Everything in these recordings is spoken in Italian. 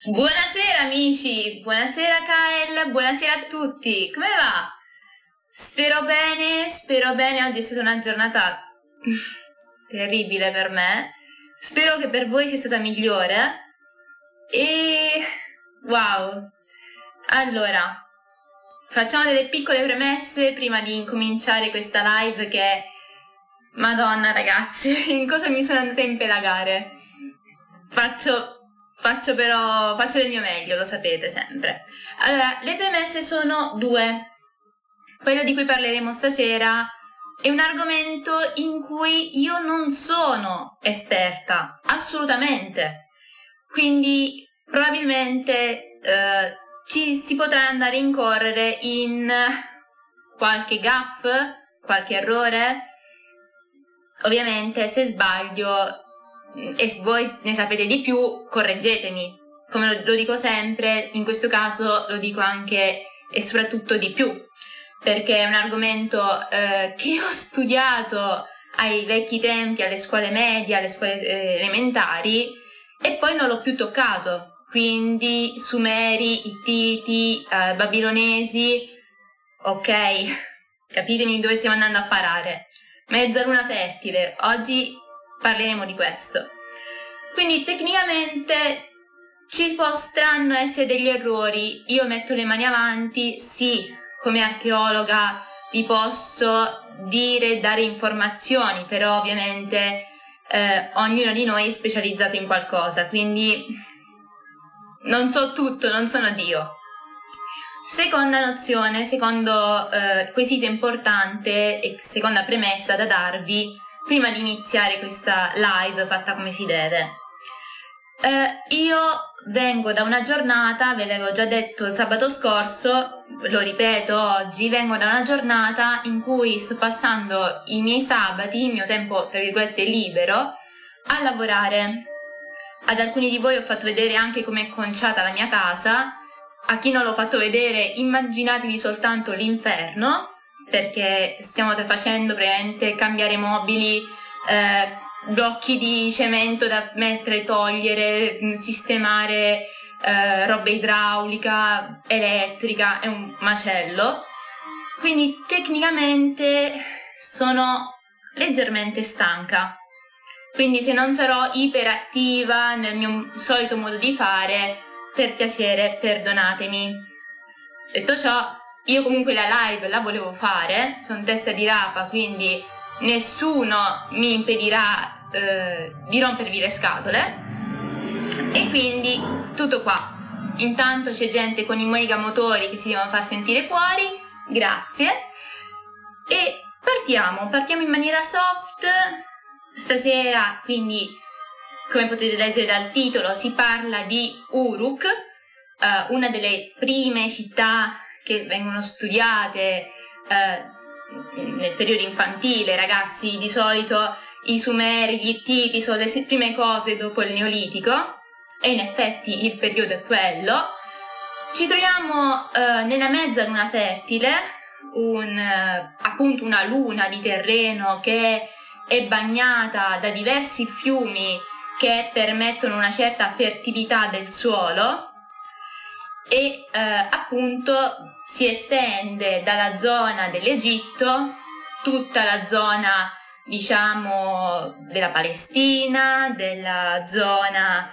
Buonasera amici, buonasera Kael, buonasera a tutti, come va? Spero bene, oggi è stata una giornata terribile per me, spero che per voi sia stata migliore e wow, allora facciamo delle piccole premesse prima di incominciare questa live che, Madonna ragazzi, in cosa mi sono andata a impelagare? Faccio del mio meglio, lo sapete sempre. Allora, le premesse sono due. Quello di cui parleremo stasera è un argomento in cui io non sono esperta, assolutamente. Quindi probabilmente ci si potrà andare a incorrere in qualche gaffe, qualche errore. Ovviamente se sbaglio e voi ne sapete di più, correggetemi. Come lo dico sempre, in questo caso lo dico anche e soprattutto di più, perché è un argomento che io ho studiato ai vecchi tempi, alle scuole medie, alle scuole elementari, e poi non l'ho più toccato. Quindi Sumeri, Ittiti, Babilonesi, ok, capitemi dove stiamo andando a parare. Mezzaluna fertile, oggi parleremo di questo. Quindi tecnicamente ci potranno essere degli errori, io metto le mani avanti, sì, come archeologa vi posso dire, dare informazioni, però ovviamente ognuno di noi è specializzato in qualcosa, quindi non so tutto, non sono Dio. Seconda nozione, secondo quesito importante e seconda premessa da darvi prima di iniziare questa live fatta come si deve. Io vengo da una giornata, ve l'avevo già detto il sabato scorso, lo ripeto oggi, vengo da una giornata in cui sto passando i miei sabati, il mio tempo tra virgolette libero, a lavorare. Ad alcuni di voi ho fatto vedere anche com'è conciata la mia casa. A chi non l'ho fatto vedere, immaginatevi soltanto l'inferno, perché stiamo facendo praticamente cambiare mobili, blocchi di cemento da mettere, togliere, sistemare, roba idraulica, elettrica, è un macello. Quindi tecnicamente sono leggermente stanca. Quindi se non sarò iperattiva nel mio solito modo di fare, per piacere perdonatemi. Detto ciò, io comunque la live la volevo fare, sono testa di rapa, quindi nessuno mi impedirà di rompervi le scatole, e quindi tutto qua. Intanto c'è gente con i mega motori che si devono far sentire fuori, grazie, e partiamo in maniera soft. Stasera, quindi, come potete leggere dal titolo, si parla di Uruk, una delle prime città che vengono studiate nel periodo infantile, ragazzi. Di solito i Sumeri, gli Ittiti sono le prime cose dopo il Neolitico, e in effetti il periodo è quello. Ci troviamo nella mezzaluna fertile, appunto una luna di terreno che è bagnata da diversi fiumi che permettono una certa fertilità del suolo, e appunto si estende dalla zona dell'Egitto, tutta la zona, diciamo, della Palestina, della zona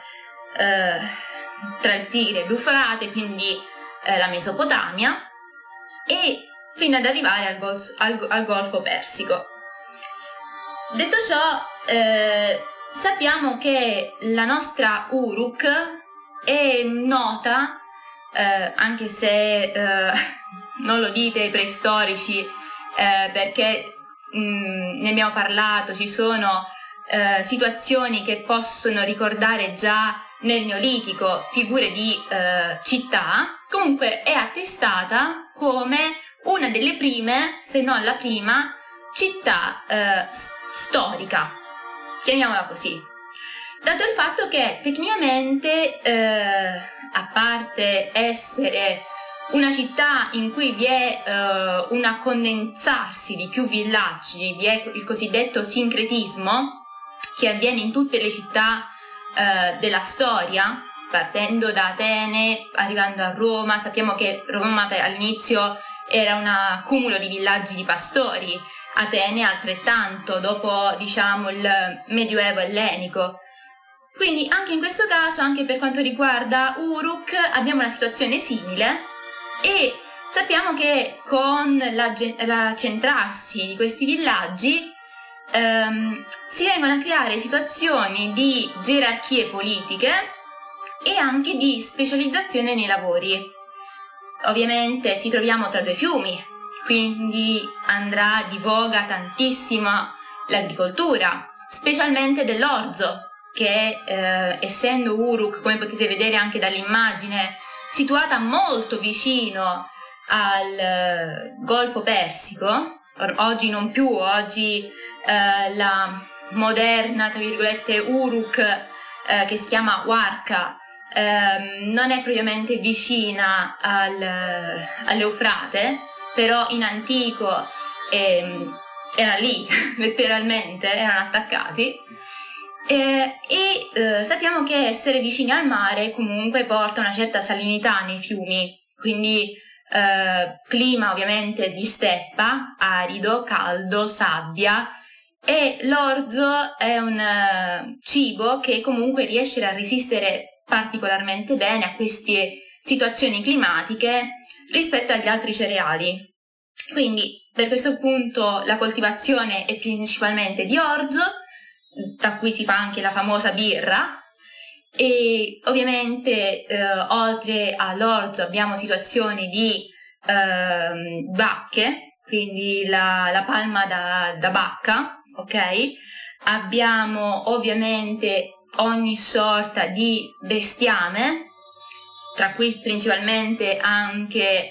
tra il Tigri e l'Eufrate, quindi la Mesopotamia, e fino ad arrivare al Golfo Persico. Detto ciò, sappiamo che la nostra Uruk è nota, anche se non lo dite ai preistorici, perché ne abbiamo parlato, ci sono situazioni che possono ricordare già nel Neolitico figure di città. Comunque è attestata come una delle prime, se non la prima, città storica, chiamiamola così, dato il fatto che tecnicamente, a parte essere una città in cui vi è un accondensarsi di più villaggi, vi è il cosiddetto sincretismo che avviene in tutte le città della storia, partendo da Atene, arrivando a Roma. Sappiamo che Roma all'inizio era un accumulo di villaggi di pastori, Atene altrettanto, dopo diciamo il Medioevo ellenico. Quindi anche in questo caso, anche per quanto riguarda Uruk, abbiamo una situazione simile e sappiamo che con l'accentrarsi di questi villaggi si vengono a creare situazioni di gerarchie politiche e anche di specializzazione nei lavori. Ovviamente ci troviamo tra due fiumi, quindi andrà di voga tantissimo l'agricoltura, specialmente dell'orzo, che essendo Uruk, come potete vedere anche dall'immagine, situata molto vicino al Golfo Persico, oggi non più, oggi la moderna, tra virgolette, Uruk, che si chiama Warka, non è propriamente vicina all'Eufrate, però in antico era lì, letteralmente, erano attaccati. Sappiamo che essere vicini al mare comunque porta una certa salinità nei fiumi, quindi clima ovviamente di steppa, arido, caldo, sabbia, e l'orzo è un cibo che comunque riesce a resistere particolarmente bene a queste situazioni climatiche rispetto agli altri cereali. Quindi per questo punto la coltivazione è principalmente di orzo, da cui si fa anche la famosa birra, e ovviamente oltre all'orzo abbiamo situazioni di bacche, quindi la palma da bacca, ok? Abbiamo ovviamente ogni sorta di bestiame, tra cui principalmente anche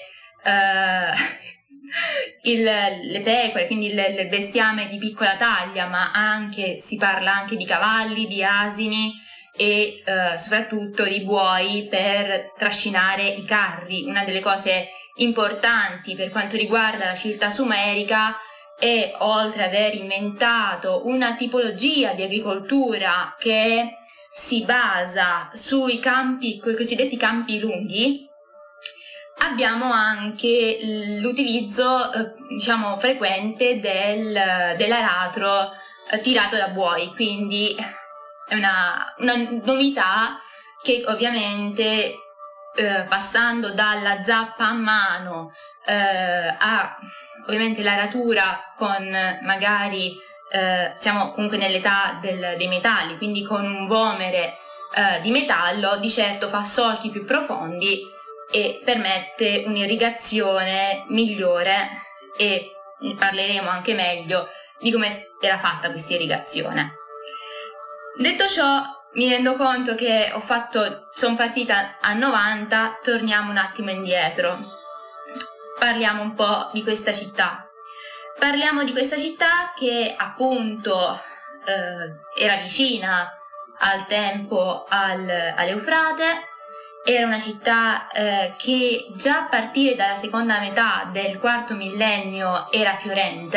le pecore, quindi il bestiame di piccola taglia, ma anche si parla anche di cavalli, di asini e soprattutto di buoi per trascinare i carri. Una delle cose importanti per quanto riguarda la civiltà sumerica è, oltre ad aver inventato una tipologia di agricoltura che si basa sui campi, quei cosiddetti campi lunghi, abbiamo anche l'utilizzo diciamo frequente dell'aratro tirato da buoi, quindi è una novità che ovviamente passando dalla zappa a mano a ovviamente l'aratura con magari siamo comunque nell'età dei metalli, quindi con un vomere di metallo, di certo fa solchi più profondi e permette un'irrigazione migliore, e parleremo anche meglio di come era fatta questa irrigazione. Detto ciò, mi rendo conto che sono partita a 90, torniamo un attimo indietro. Parliamo un po' di questa città. Parliamo di questa città che appunto era vicina al tempo all'Eufrate. Era una città che già a partire dalla seconda metà del IV millennio era fiorente,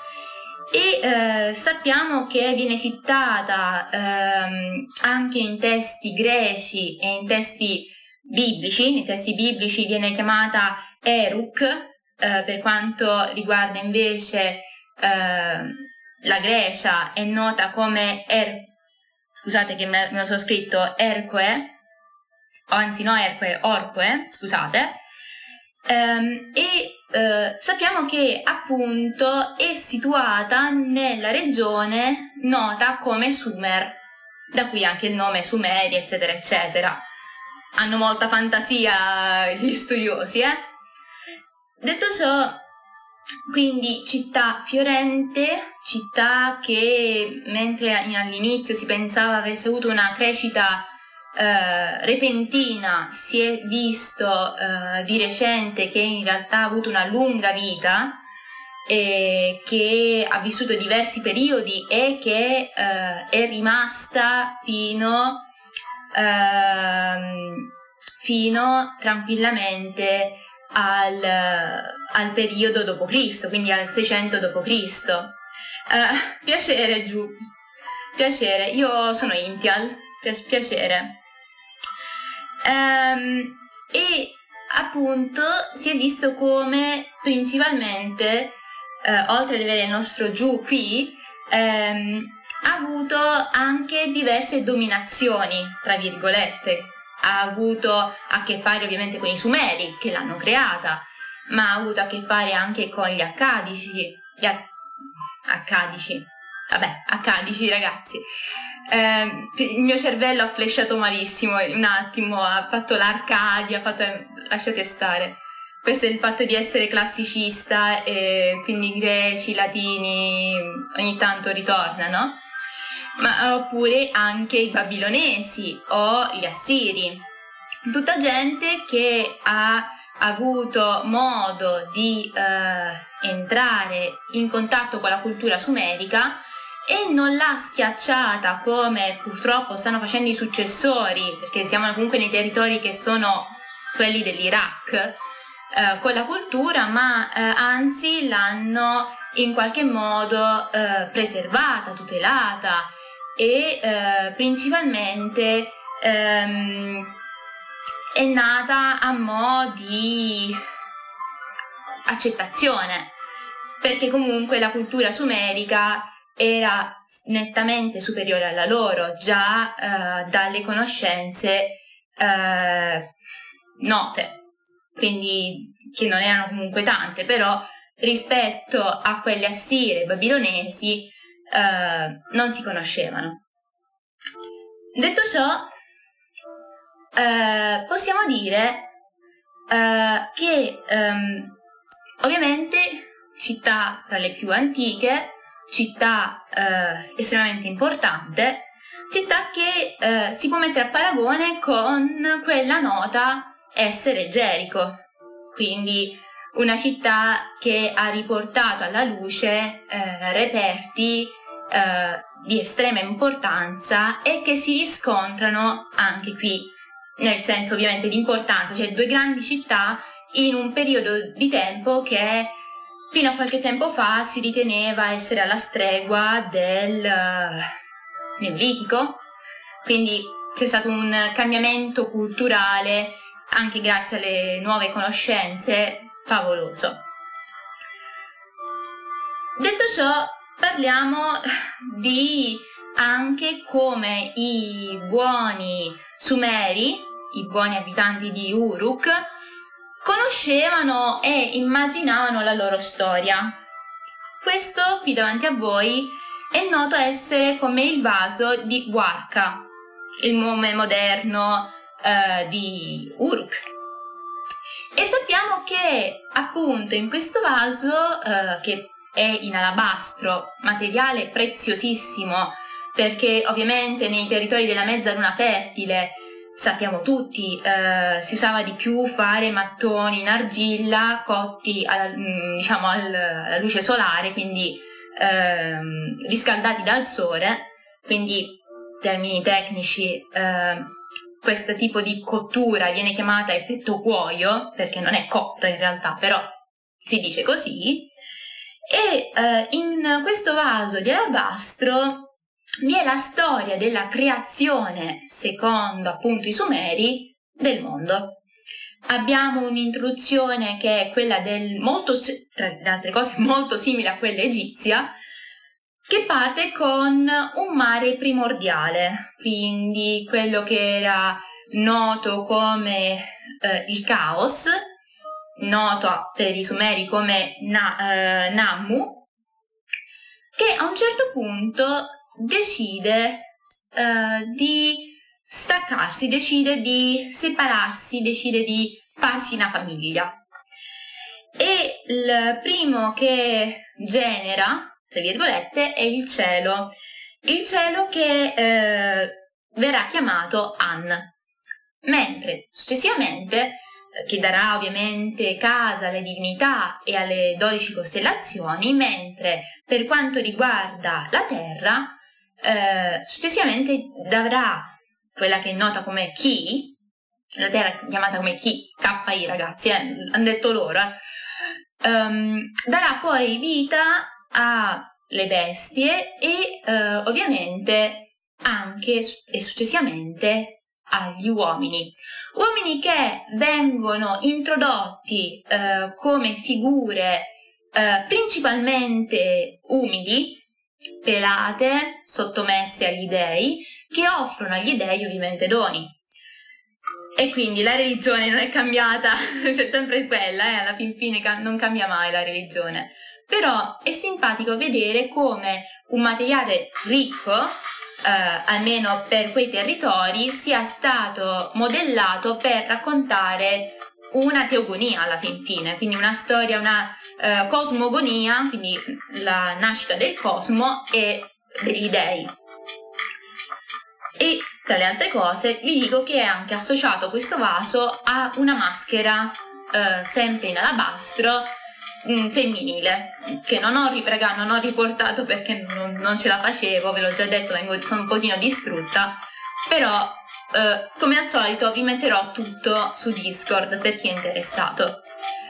e sappiamo che viene citata anche in testi greci e in testi biblici. Nei testi biblici viene chiamata Eruk, per quanto riguarda invece la Grecia è nota come scusate che me lo sono scritto Ercoe, anzi no Ercoe, Orcoe, scusate, sappiamo che appunto è situata nella regione nota come Sumer, da qui anche il nome Sumeri, eccetera eccetera. Hanno molta fantasia gli studiosi, Detto ciò, quindi città fiorente, città che mentre all'inizio si pensava avesse avuto una crescita repentina, si è visto di recente che in realtà ha avuto una lunga vita e che ha vissuto diversi periodi e che è rimasta fino tranquillamente al periodo d.C., quindi al 600 d.C. Piacere giù, piacere, io sono Intial, piacere. E appunto si è visto come principalmente, oltre ad avere il nostro giù qui, ha avuto anche diverse dominazioni, tra virgolette. Ha avuto a che fare ovviamente con i Sumeri, che l'hanno creata, ma ha avuto a che fare anche con gli Accadici, Accadici ragazzi. Il mio cervello ha flashato malissimo, un attimo, ha fatto l'Arcadia, lasciate stare. Questo è il fatto di essere classicista e quindi greci, latini ogni tanto ritornano, ma oppure anche i babilonesi o gli assiri. Tutta gente che ha avuto modo di entrare in contatto con la cultura sumerica e non l'ha schiacciata come purtroppo stanno facendo i successori, perché siamo comunque nei territori che sono quelli dell'Iraq, con la cultura, ma anzi l'hanno in qualche modo preservata, tutelata e principalmente è nata a mo' di accettazione, perché comunque la cultura sumerica era nettamente superiore alla loro, già dalle conoscenze note, quindi che non erano comunque tante, però rispetto a quelle assire e babilonesi non si conoscevano. Detto ciò, possiamo dire che ovviamente città tra le più antiche, città estremamente importante, città che si può mettere a paragone con quella nota essere Gerico, quindi una città che ha riportato alla luce reperti di estrema importanza e che si riscontrano anche qui, nel senso ovviamente di importanza, cioè due grandi città in un periodo di tempo che fino a qualche tempo fa si riteneva essere alla stregua del Neolitico, quindi c'è stato un cambiamento culturale anche grazie alle nuove conoscenze favoloso. Detto ciò, parliamo di anche come i buoni Sumeri, i buoni abitanti di Uruk, conoscevano e immaginavano la loro storia. Questo qui davanti a voi è noto essere come il vaso di Warka, il nome moderno di Uruk. E sappiamo che appunto in questo vaso, che è in alabastro, materiale preziosissimo, perché ovviamente nei territori della mezzaluna fertile, sappiamo tutti, si usava di più fare mattoni in argilla cotti alla luce solare, quindi riscaldati dal sole, quindi termini tecnici, questo tipo di cottura viene chiamata effetto cuoio, perché non è cotto in realtà, però si dice così, e in questo vaso di alabastro vi è la storia della creazione, secondo appunto i Sumeri, del mondo. Abbiamo un'introduzione che è quella tra le altre cose molto simile a quella egizia, che parte con un mare primordiale, quindi quello che era noto come il caos, noto per i Sumeri come Nammu, che a un certo punto decide di staccarsi, decide di separarsi, decide di farsi una famiglia. E il primo che genera, tra virgolette, è il cielo che verrà chiamato An, mentre successivamente, che darà ovviamente casa alle divinità e alle 12 costellazioni, mentre per quanto riguarda la Terra, successivamente darà quella che è nota come Ki, la Terra è chiamata come Ki, K-I ragazzi, hanno detto loro, darà poi vita alle bestie e ovviamente anche e successivamente agli uomini che vengono introdotti come figure principalmente umili, pelate, sottomesse agli dei, che offrono agli dei ovviamente doni. E quindi la religione non è cambiata, c'è sempre quella, alla fin fine non cambia mai la religione. Però è simpatico vedere come un materiale ricco, almeno per quei territori, sia stato modellato per raccontare una teogonia alla fin fine, quindi una storia, una cosmogonia, quindi la nascita del cosmo e degli dei. E tra le altre cose vi dico che è anche associato questo vaso a una maschera sempre in alabastro femminile, che non ho riportato perché non ce la facevo, ve l'ho già detto, sono un pochino distrutta, però come al solito vi metterò tutto su Discord per chi è interessato.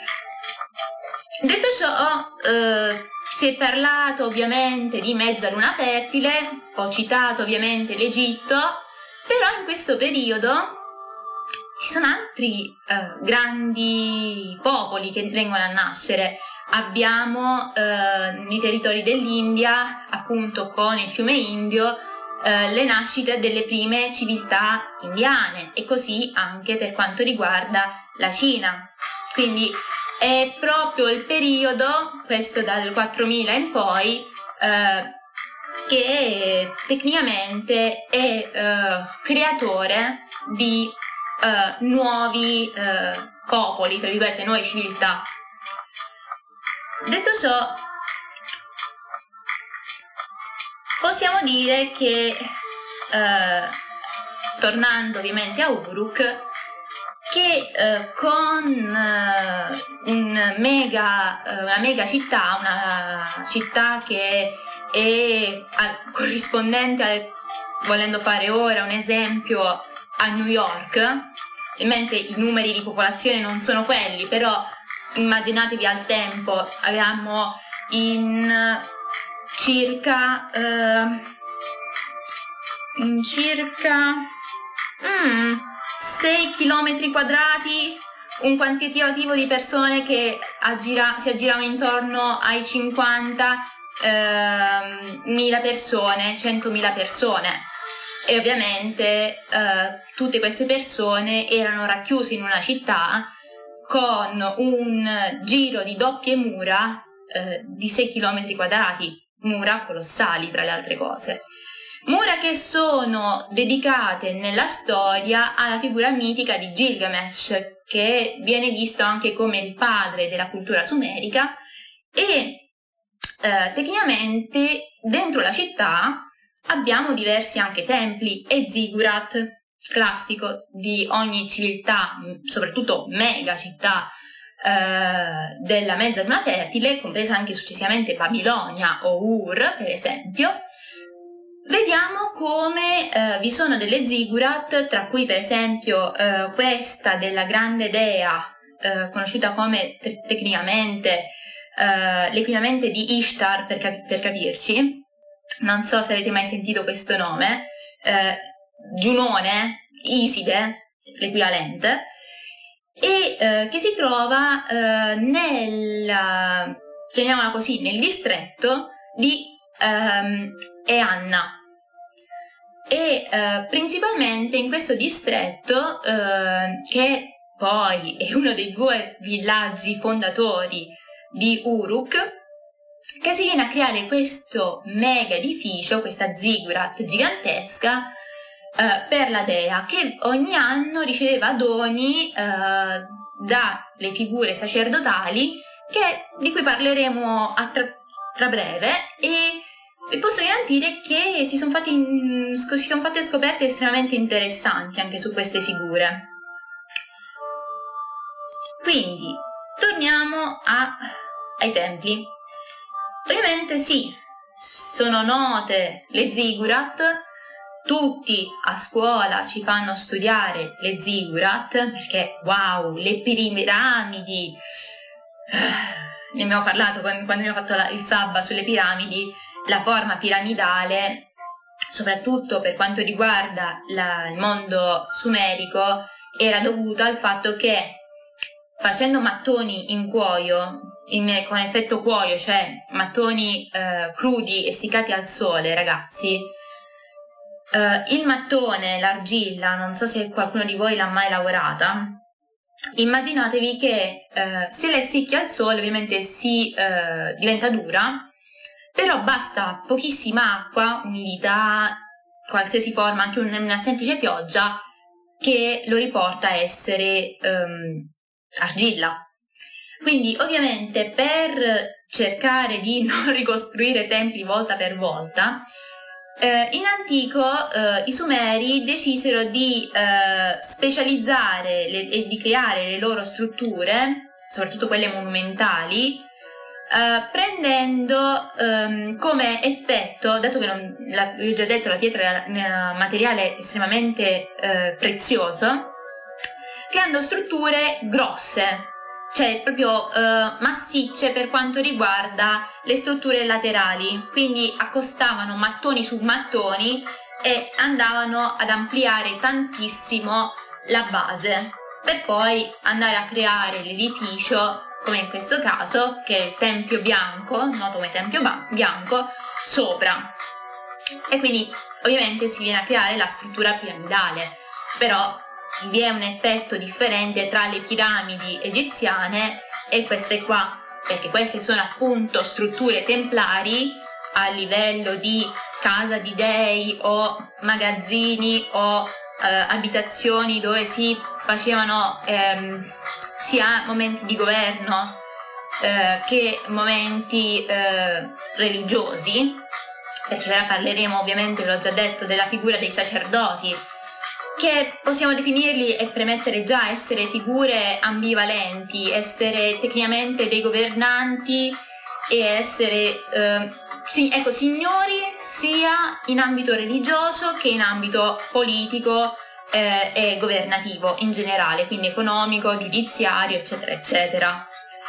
Detto ciò, si è parlato ovviamente di mezzaluna fertile, ho citato ovviamente l'Egitto, però in questo periodo ci sono altri grandi popoli che vengono a nascere. Abbiamo nei territori dell'India, appunto con il fiume Indio, le nascite delle prime civiltà indiane, e così anche per quanto riguarda la Cina. Quindi è proprio il periodo, questo dal 4000 in poi, che tecnicamente è creatore di nuovi popoli, tra virgolette, nuove civiltà. Detto ciò, possiamo dire che, tornando ovviamente a Uruk, che con una mega città, una città che è corrispondente, volendo fare ora un esempio, a New York, ovviamente i numeri di popolazione non sono quelli, però immaginatevi al tempo, avevamo in circa 6 km quadrati, un quantitativo di persone che si aggiravano intorno ai 50.000 persone, 100.000 persone, e ovviamente tutte queste persone erano racchiuse in una città con un giro di doppie mura di 6 km quadrati, mura colossali tra le altre cose. Mura che sono dedicate nella storia alla figura mitica di Gilgamesh, che viene visto anche come il padre della cultura sumerica, e tecnicamente dentro la città abbiamo diversi anche templi e ziggurat, classico di ogni civiltà, soprattutto mega città della mezzaluna fertile, compresa anche successivamente Babilonia o Ur, per esempio. Vediamo come vi sono delle ziggurat, tra cui per esempio questa della grande dea, conosciuta come tecnicamente l'equivalente di Ishtar, per capirci. Non so se avete mai sentito questo nome, Giunone, Iside, l'equivalente, e che si trova chiamiamola così, nel distretto di Eanna. E principalmente in questo distretto, che poi è uno dei 2 villaggi fondatori di Uruk, che si viene a creare questo mega edificio, questa ziggurat gigantesca, per la dea, che ogni anno riceveva doni dalle figure sacerdotali, di cui parleremo tra breve, e vi posso garantire che si sono fatte scoperte estremamente interessanti anche su queste figure. Quindi torniamo ai templi. Ovviamente sì, sono note le ziggurat, tutti a scuola ci fanno studiare le ziggurat, perché wow, le piramidi, ne abbiamo parlato quando abbiamo fatto il sabba sulle piramidi, la forma piramidale soprattutto per quanto riguarda il mondo sumerico, era dovuto al fatto che facendo mattoni in cuoio, con effetto cuoio, cioè mattoni crudi essiccati al sole, ragazzi, il mattone, l'argilla, non so se qualcuno di voi l'ha mai lavorata, immaginatevi che se la essicchi al sole ovviamente si diventa dura, però basta pochissima acqua, umidità, qualsiasi forma, anche una semplice pioggia, che lo riporta a essere argilla. Quindi ovviamente per cercare di non ricostruire templi volta per volta, in antico i Sumeri decisero di specializzare e di creare le loro strutture, soprattutto quelle monumentali, prendendo come effetto, dato che vi ho già detto, la pietra è un materiale estremamente prezioso, creando strutture grosse, cioè proprio massicce per quanto riguarda le strutture laterali, quindi accostavano mattoni su mattoni e andavano ad ampliare tantissimo la base, per poi andare a creare l'edificio, come in questo caso, che è il Tempio Bianco, noto come Tempio Bianco, sopra. E quindi ovviamente si viene a creare la struttura piramidale, però vi è un effetto differente tra le piramidi egiziane e queste qua, perché queste sono appunto strutture templari a livello di casa di dei o magazzini o abitazioni dove si facevano sia momenti di governo che momenti religiosi, perché ora parleremo, ovviamente ve l'ho già detto, della figura dei sacerdoti, che possiamo definirli e premettere già essere figure ambivalenti, essere tecnicamente dei governanti e essere signori sia in ambito religioso che in ambito politico e governativo in generale, quindi economico, giudiziario, eccetera, eccetera.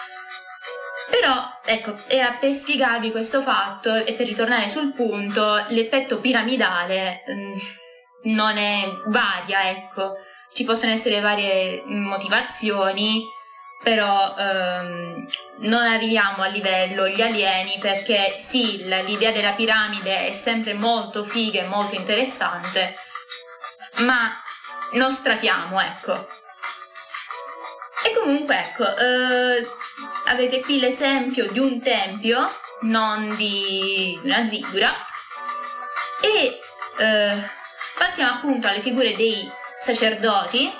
Però, ecco, era per spiegarvi questo fatto e per ritornare sul punto, l'effetto piramidale non è varia, ecco, ci possono essere varie motivazioni, però non arriviamo a livello gli alieni, perché sì, l'idea della piramide è sempre molto figa e molto interessante, ma non strafiamo, ecco. E comunque, ecco, avete qui l'esempio di un tempio, non di una ziggurat, e passiamo appunto alle figure dei sacerdoti,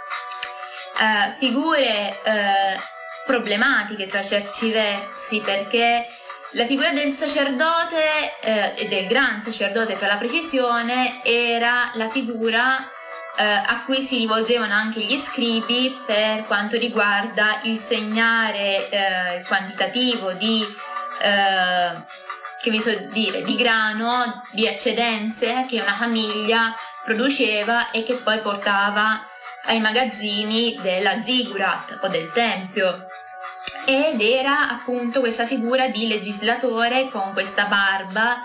figure problematiche tra certi versi, perché la figura del sacerdote e del gran sacerdote, per la precisione, era la figura a cui si rivolgevano anche gli scribi per quanto riguarda il segnare il quantitativo di che vi so dire, di grano, di eccedenze che una famiglia produceva e che poi portava ai magazzini della ziggurat o del tempio. Ed era appunto questa figura di legislatore con questa barba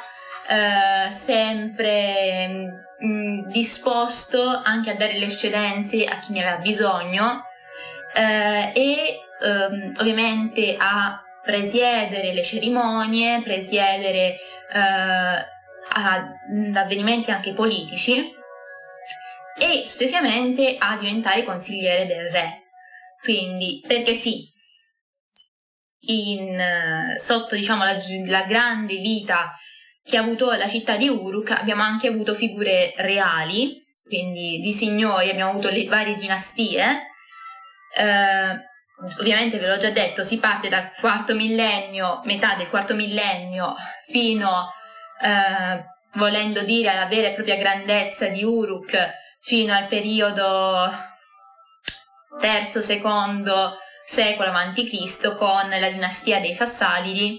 sempre disposto anche a dare le eccedenze a chi ne aveva bisogno e ovviamente a presiedere le cerimonie, presiedere ad avvenimenti anche politici e successivamente a diventare consigliere del re. Quindi, perché sì, sotto diciamo la grande vita che ha avuto la città di Uruk abbiamo anche avuto figure reali, quindi di signori, abbiamo avuto le varie dinastie. Ovviamente ve l'ho già detto, si parte dal quarto millennio, metà del quarto millennio, fino volendo dire alla vera e propria grandezza di Uruk, fino al periodo terzo, secondo secolo a.C. con la dinastia dei Sassanidi,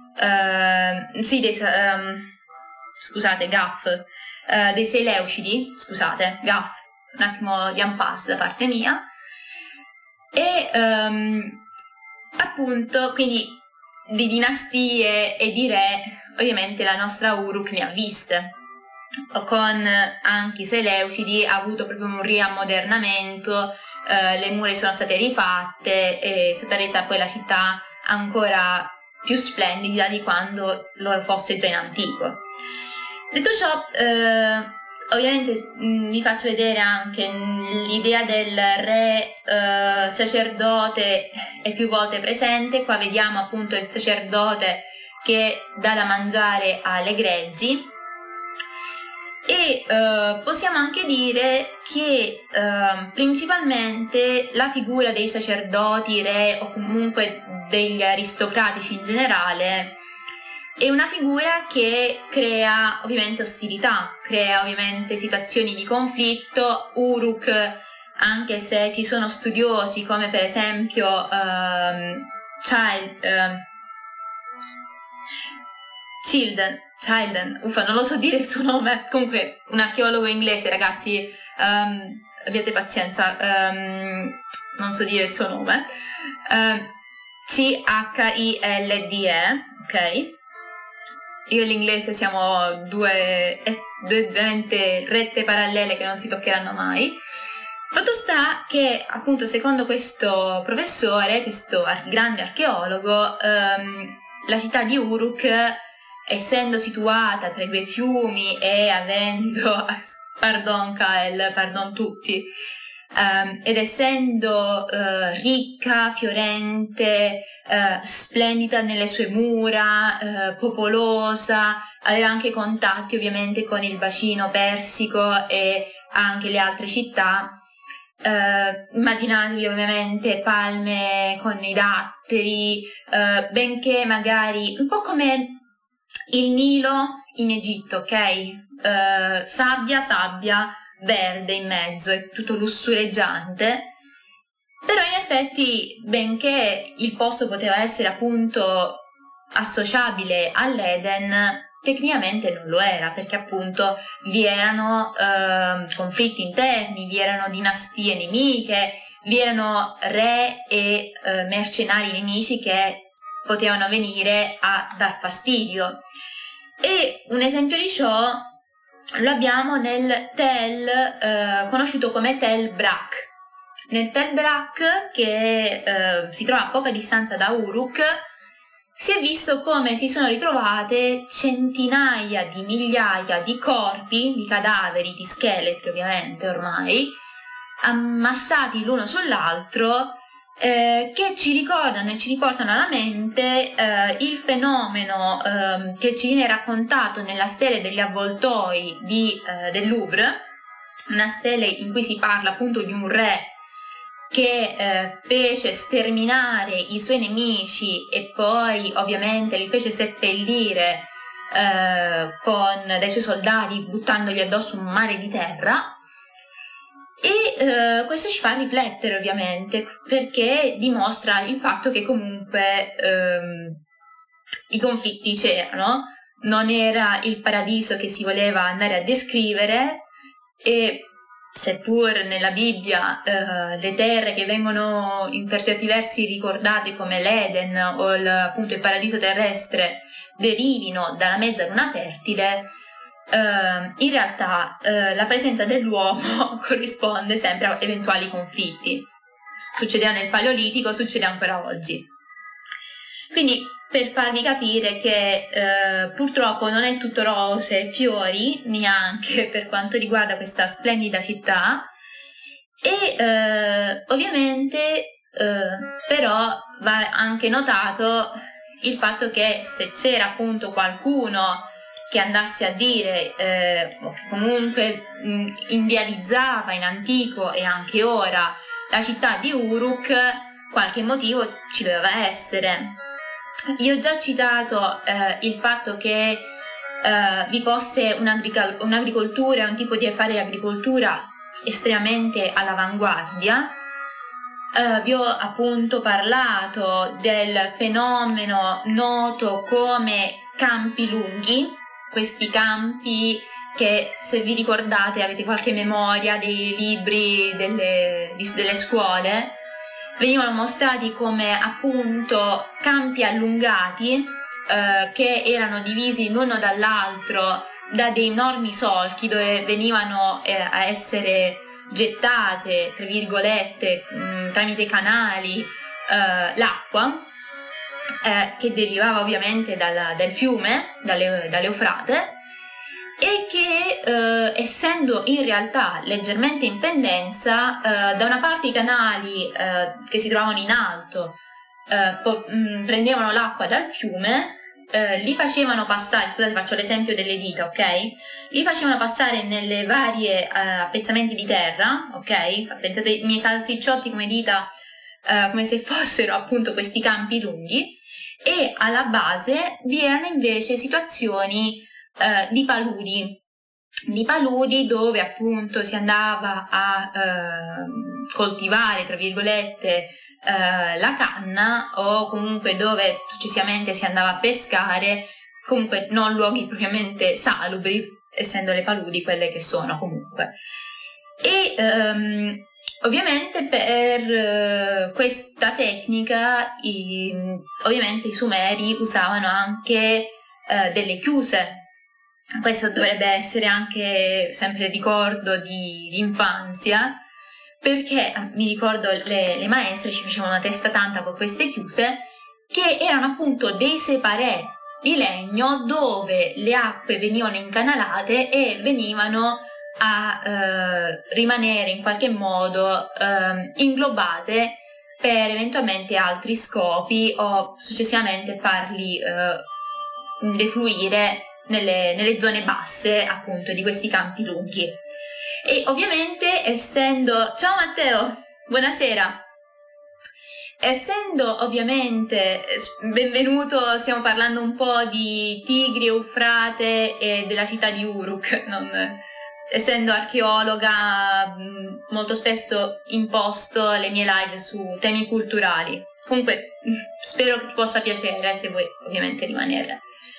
scusate, Gaff, dei Seleucidi, scusate, Gaff, un attimo di impasse da parte mia, e appunto, quindi di dinastie e di re, ovviamente la nostra Uruk ne ha viste. con anche i Seleucidi ha avuto proprio un riammodernamento, le mura sono state rifatte e è stata resa poi la città ancora più splendida di quando lo fosse già in antico. Detto ciò, ovviamente vi faccio vedere anche l'idea del re sacerdote è più volte presente. Qua vediamo appunto il sacerdote che dà da mangiare alle greggi. E possiamo anche dire che principalmente la figura dei sacerdoti, re o comunque degli aristocratici in generale è una figura che crea ovviamente ostilità, crea ovviamente situazioni di conflitto. Uruk, anche se ci sono studiosi come per esempio Childen, non lo so dire il suo nome, comunque un archeologo inglese, ragazzi, abbiate pazienza, non so dire il suo nome, Childe, ok? Io e l'inglese siamo due veramente rette parallele che non si toccheranno mai. Fatto sta che appunto secondo questo professore, questo grande archeologo, la città di Uruk, essendo situata tra i due fiumi e avendo, pardon Kael, pardon tutti, ed essendo ricca, fiorente, splendida nelle sue mura, popolosa, aveva anche contatti ovviamente con il bacino persico e anche le altre città. Immaginatevi ovviamente palme con i datteri, benché magari un po' come il Nilo in Egitto, ok? Sabbia verde in mezzo, è tutto lussureggiante, però in effetti benché il posto poteva essere appunto associabile all'Eden, tecnicamente non lo era, perché appunto vi erano conflitti interni, vi erano dinastie nemiche, vi erano re e mercenari nemici che potevano venire a dar fastidio. E un esempio di ciò lo abbiamo nel Tel conosciuto come Tel Brak. Nel Tel Brak, che si trova a poca distanza da Uruk, si è visto come si sono ritrovate centinaia di migliaia di corpi, di cadaveri, di scheletri ovviamente ormai, ammassati l'uno sull'altro, che ci ricordano e ci riportano alla mente il fenomeno che ci viene raccontato nella stele degli avvoltoi del Louvre, una stele in cui si parla appunto di un re che fece sterminare i suoi nemici e poi ovviamente li fece seppellire dai suoi soldati, buttandogli addosso un mare di terra. E questo ci fa riflettere ovviamente, perché dimostra il fatto che comunque i conflitti c'erano, non era il paradiso che si voleva andare a descrivere, e seppur nella Bibbia le terre che vengono per certi versi ricordate come l'Eden o appunto il paradiso terrestre derivino dalla mezzaluna fertile, in realtà la presenza dell'uomo corrisponde sempre a eventuali conflitti. Succedeva nel Paleolitico, succede ancora oggi. Quindi per farvi capire che purtroppo non è tutto rose e fiori, neanche per quanto riguarda questa splendida città, e ovviamente però va anche notato il fatto che se c'era appunto qualcuno che andasse a dire o che comunque idealizzava in antico e anche ora la città di Uruk, qualche motivo ci doveva essere. Vi ho già citato il fatto che vi fosse un'agricoltura, un tipo di fare agricoltura estremamente all'avanguardia. Vi ho appunto parlato del fenomeno noto come campi lunghi, questi campi che, se vi ricordate, avete qualche memoria dei libri delle scuole, venivano mostrati come appunto campi allungati che erano divisi l'uno dall'altro da dei enormi solchi dove venivano a essere gettate, tra virgolette, tramite canali l'acqua che derivava ovviamente dal fiume, dall'Eufrate, e che essendo in realtà leggermente in pendenza, da una parte i canali che si trovavano in alto prendevano l'acqua dal fiume, li facevano passare, scusate faccio l'esempio delle dita, ok? Li facevano passare nelle varie appezzamenti di terra, ok? Pensate ai miei salsicciotti come dita, come se fossero appunto questi campi lunghi, e alla base vi erano invece situazioni di paludi dove appunto si andava a coltivare, tra virgolette, la canna, o comunque dove successivamente si andava a pescare, comunque non luoghi propriamente salubri, essendo le paludi quelle che sono comunque. E ovviamente per questa tecnica ovviamente i Sumeri usavano anche delle chiuse. Questo dovrebbe essere anche sempre ricordo di infanzia, perché mi ricordo le maestre ci facevano una testa tanta con queste chiuse, che erano appunto dei separé di legno dove le acque venivano incanalate e venivano a rimanere in qualche modo inglobate per eventualmente altri scopi, o successivamente farli defluire nelle zone basse appunto di questi campi lunghi. E ovviamente ciao Matteo, buonasera. Essendo ovviamente, benvenuto, stiamo parlando un po' di Tigri, Eufrate e della città di Uruk, essendo archeologa molto spesso imposto le mie live su temi culturali. Comunque spero che ti possa piacere, se vuoi ovviamente rimanere.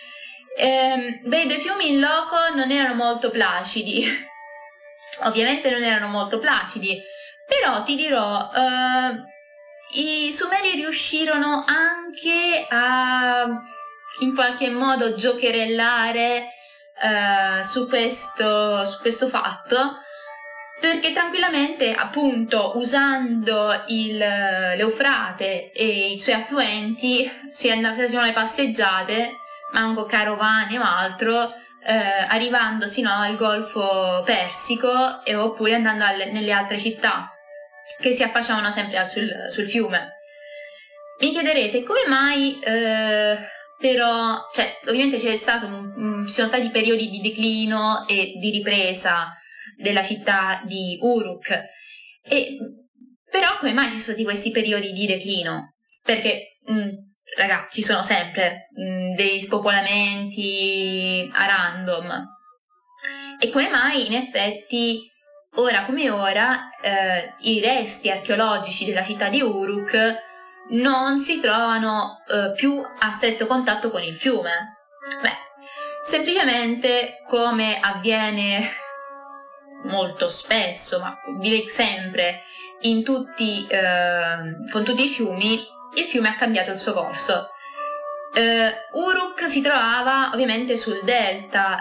I due fiumi in loco non erano molto placidi, ovviamente non erano molto placidi, però ti dirò, i Sumeri riuscirono anche a in qualche modo giocherellare su questo fatto, perché tranquillamente appunto usando l'Eufrate e i suoi affluenti si facevano le passeggiate, manco carovane o altro, arrivando sino al Golfo Persico oppure andando nelle altre città che si affacciavano sempre sul fiume. Mi chiederete come mai però, cioè ovviamente ci sono stati periodi di declino e di ripresa della città di Uruk, però come mai ci sono stati questi periodi di declino? Perché raga, ci sono sempre dei spopolamenti a random, e come mai in effetti ora come ora i resti archeologici della città di Uruk non si trovano più a stretto contatto con il fiume? Beh, semplicemente come avviene molto spesso, ma direi sempre con tutti i fiumi, il fiume ha cambiato il suo corso. Uruk si trovava ovviamente sul delta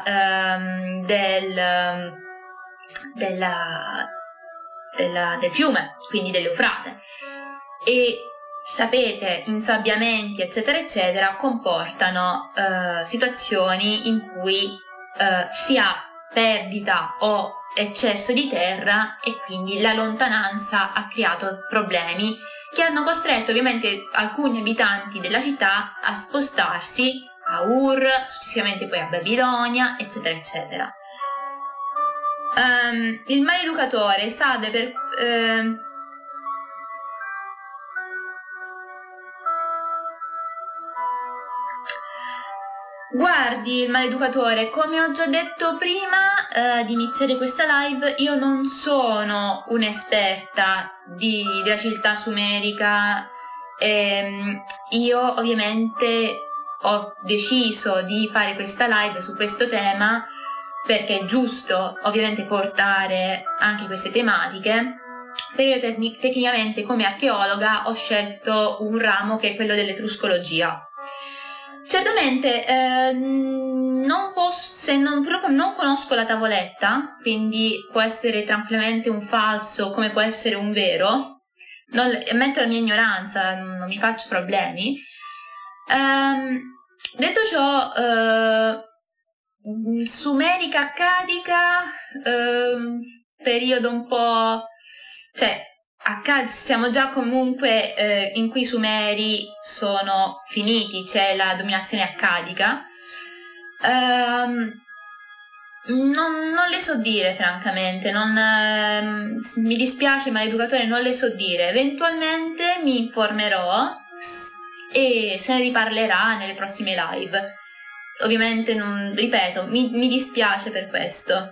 del fiume, quindi dell'Eufrate, e sapete, insabbiamenti eccetera eccetera comportano situazioni in cui si ha perdita o eccesso di terra, e quindi la lontananza ha creato problemi che hanno costretto ovviamente alcuni abitanti della città a spostarsi a Ur, successivamente poi a Babilonia, eccetera eccetera. Il maleducatore Sade Guardi, il maleducatore, come ho già detto prima di iniziare questa live, io non sono un'esperta della civiltà sumerica. Io ovviamente ho deciso di fare questa live su questo tema perché è giusto ovviamente portare anche queste tematiche, però io tecnicamente come archeologa ho scelto un ramo che è quello dell'etruscologia. Certamente, non posso, se non, proprio non conosco la tavoletta, quindi può essere tranquillamente un falso come può essere un vero, ammetto la mia ignoranza, non mi faccio problemi. Detto ciò, Sumerica accadica, periodo un po', cioè siamo già comunque in cui i Sumeri sono finiti, c'è la dominazione accadica. Non le so dire francamente, mi dispiace ma l'educatore non le so dire, eventualmente mi informerò e se ne riparlerà nelle prossime live. Ovviamente, ripeto, mi dispiace per questo.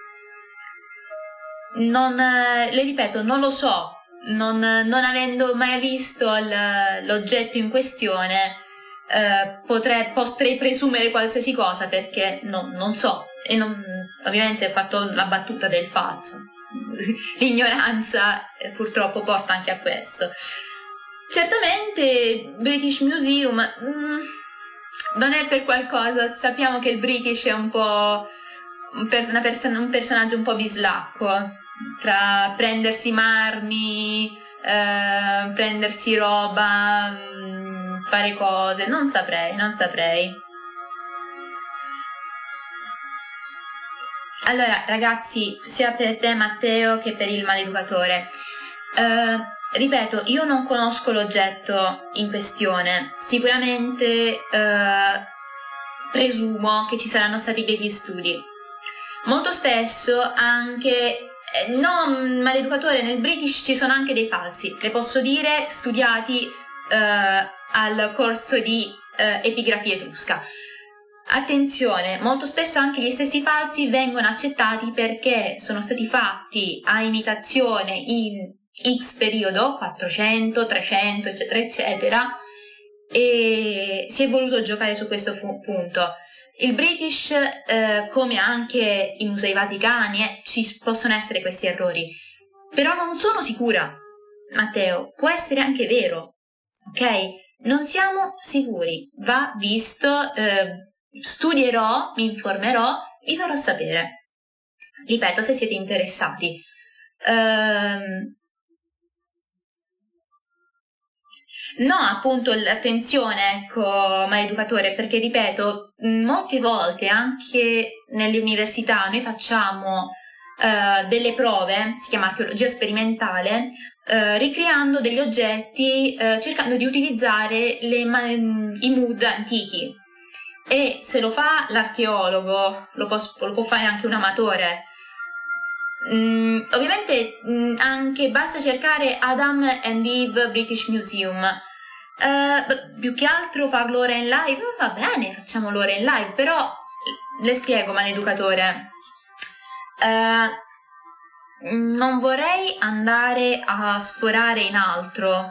Le ripeto, non lo so, non avendo mai visto l'oggetto in questione, potrei presumere qualsiasi cosa perché non so e ovviamente ho fatto la battuta del falso. L'ignoranza purtroppo porta anche a questo. Certamente British Museum non è per qualcosa, sappiamo che il British è un po' un personaggio un po' bislacco, tra prendersi marmi, prendersi roba, fare cose, non saprei. Allora, ragazzi, sia per te Matteo che per il maleducatore, ripeto, io non conosco l'oggetto in questione, sicuramente presumo che ci saranno stati degli studi. Molto spesso anche, no maleducatore, nel British ci sono anche dei falsi, le posso dire, studiati al corso di epigrafia etrusca. Attenzione, molto spesso anche gli stessi falsi vengono accettati perché sono stati fatti a imitazione in X periodo, 400, 300, eccetera, eccetera, e si è voluto giocare su questo punto. Il British, come anche i Musei Vaticani, ci possono essere questi errori, però non sono sicura, Matteo, può essere anche vero, ok? Non siamo sicuri, va visto, studierò, mi informerò, vi farò sapere. Ripeto, se siete interessati. No, appunto, attenzione, ecco, maleducatore, perché ripeto, molte volte anche nelle università noi facciamo delle prove, si chiama archeologia sperimentale, ricreando degli oggetti, cercando di utilizzare i mood antichi. E se lo fa l'archeologo, lo può fare anche un amatore. Ovviamente anche basta cercare Adam and Eve British Museum. Più che altro farlo ora in live, va bene, facciamolo ora in live, però le spiego, maleducatore. Non vorrei andare a sforare in altro.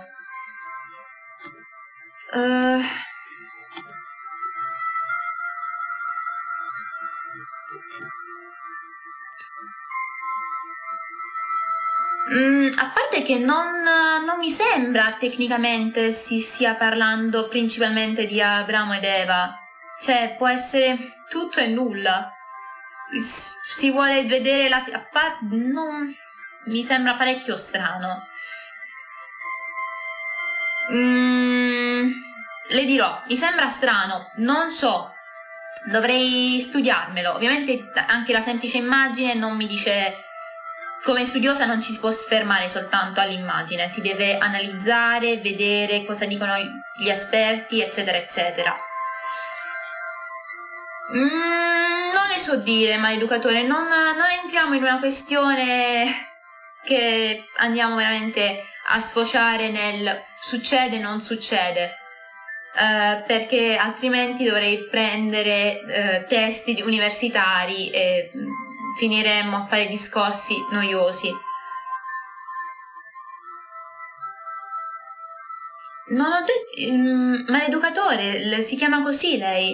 A parte che non mi sembra tecnicamente si stia parlando principalmente di Abramo ed Eva, cioè può essere tutto e nulla. Si vuole vedere non mi sembra parecchio strano. Le dirò, mi sembra strano, non so, dovrei studiarmelo. Ovviamente anche la semplice immagine non mi dice. Come studiosa non ci si può fermare soltanto all'immagine, si deve analizzare, vedere cosa dicono gli esperti, eccetera, eccetera. Non ne so dire, maleducatore, non entriamo in una questione che andiamo veramente a sfociare nel succede, non succede. Perché altrimenti dovrei prendere testi universitari e finiremmo a fare discorsi noiosi. Non ho detto, maleducatore, si chiama così lei?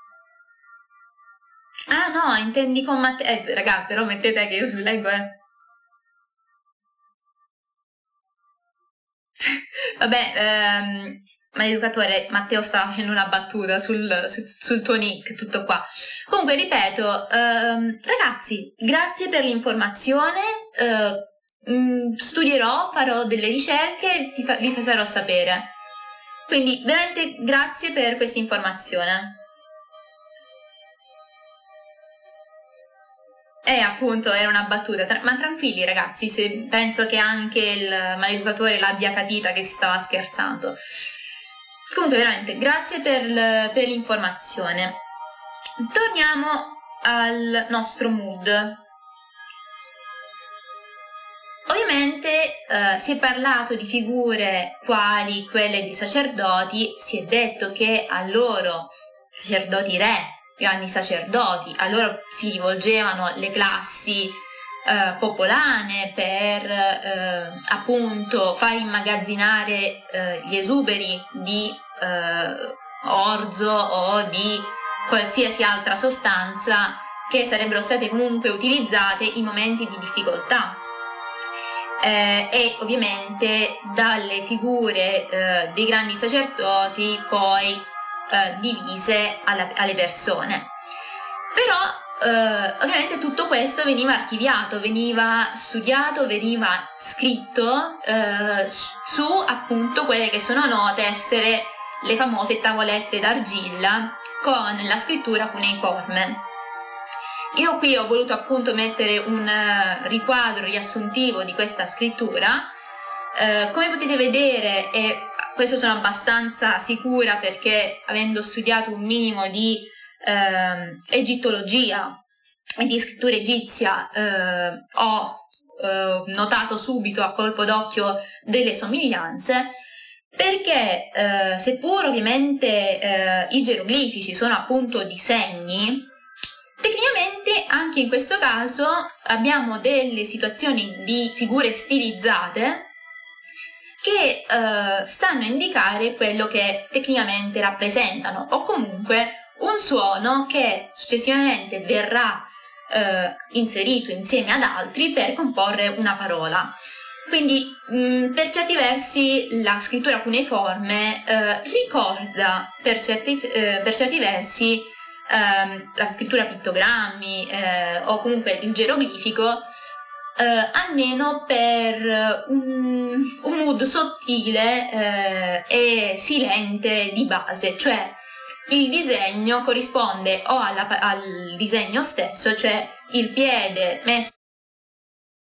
Ah no, intendi con raga, però mettete che io leggo, Vabbè, maleducatore, Matteo stava facendo una battuta sul tuo nick, tutto qua. Comunque, ripeto, ragazzi, grazie per l'informazione, studierò, farò delle ricerche e vi farò sapere. Quindi, veramente grazie per questa informazione. Appunto, era una battuta, ma tranquilli ragazzi, penso che anche il maleducatore l'abbia capita che si stava scherzando. Comunque veramente grazie per l'informazione. Torniamo al nostro mood. Ovviamente si è parlato di figure quali quelle dei sacerdoti, si è detto che a loro, sacerdoti re, grandi sacerdoti, a loro si rivolgevano le classi popolane per appunto far immagazzinare gli esuberi di orzo o di qualsiasi altra sostanza che sarebbero state comunque utilizzate in momenti di difficoltà. E ovviamente dalle figure dei grandi sacerdoti poi divise alle persone. Però ovviamente tutto questo veniva archiviato, veniva studiato, veniva scritto su appunto quelle che sono note essere le famose tavolette d'argilla con la scrittura cuneiforme. Io qui ho voluto appunto mettere un riquadro riassuntivo di questa scrittura. Come potete vedere, e questo sono abbastanza sicura perché avendo studiato un minimo di egittologia e di scrittura egizia ho notato subito a colpo d'occhio delle somiglianze, perché seppur ovviamente i geroglifici sono appunto disegni, tecnicamente anche in questo caso abbiamo delle situazioni di figure stilizzate che stanno a indicare quello che tecnicamente rappresentano, o comunque un suono che successivamente verrà inserito insieme ad altri per comporre una parola. Quindi per certi versi la scrittura cuneiforme ricorda per certi versi la scrittura a pittogrammi o comunque il geroglifico, almeno per un mood sottile e silente di base, cioè il disegno corrisponde o al disegno stesso, cioè il piede messo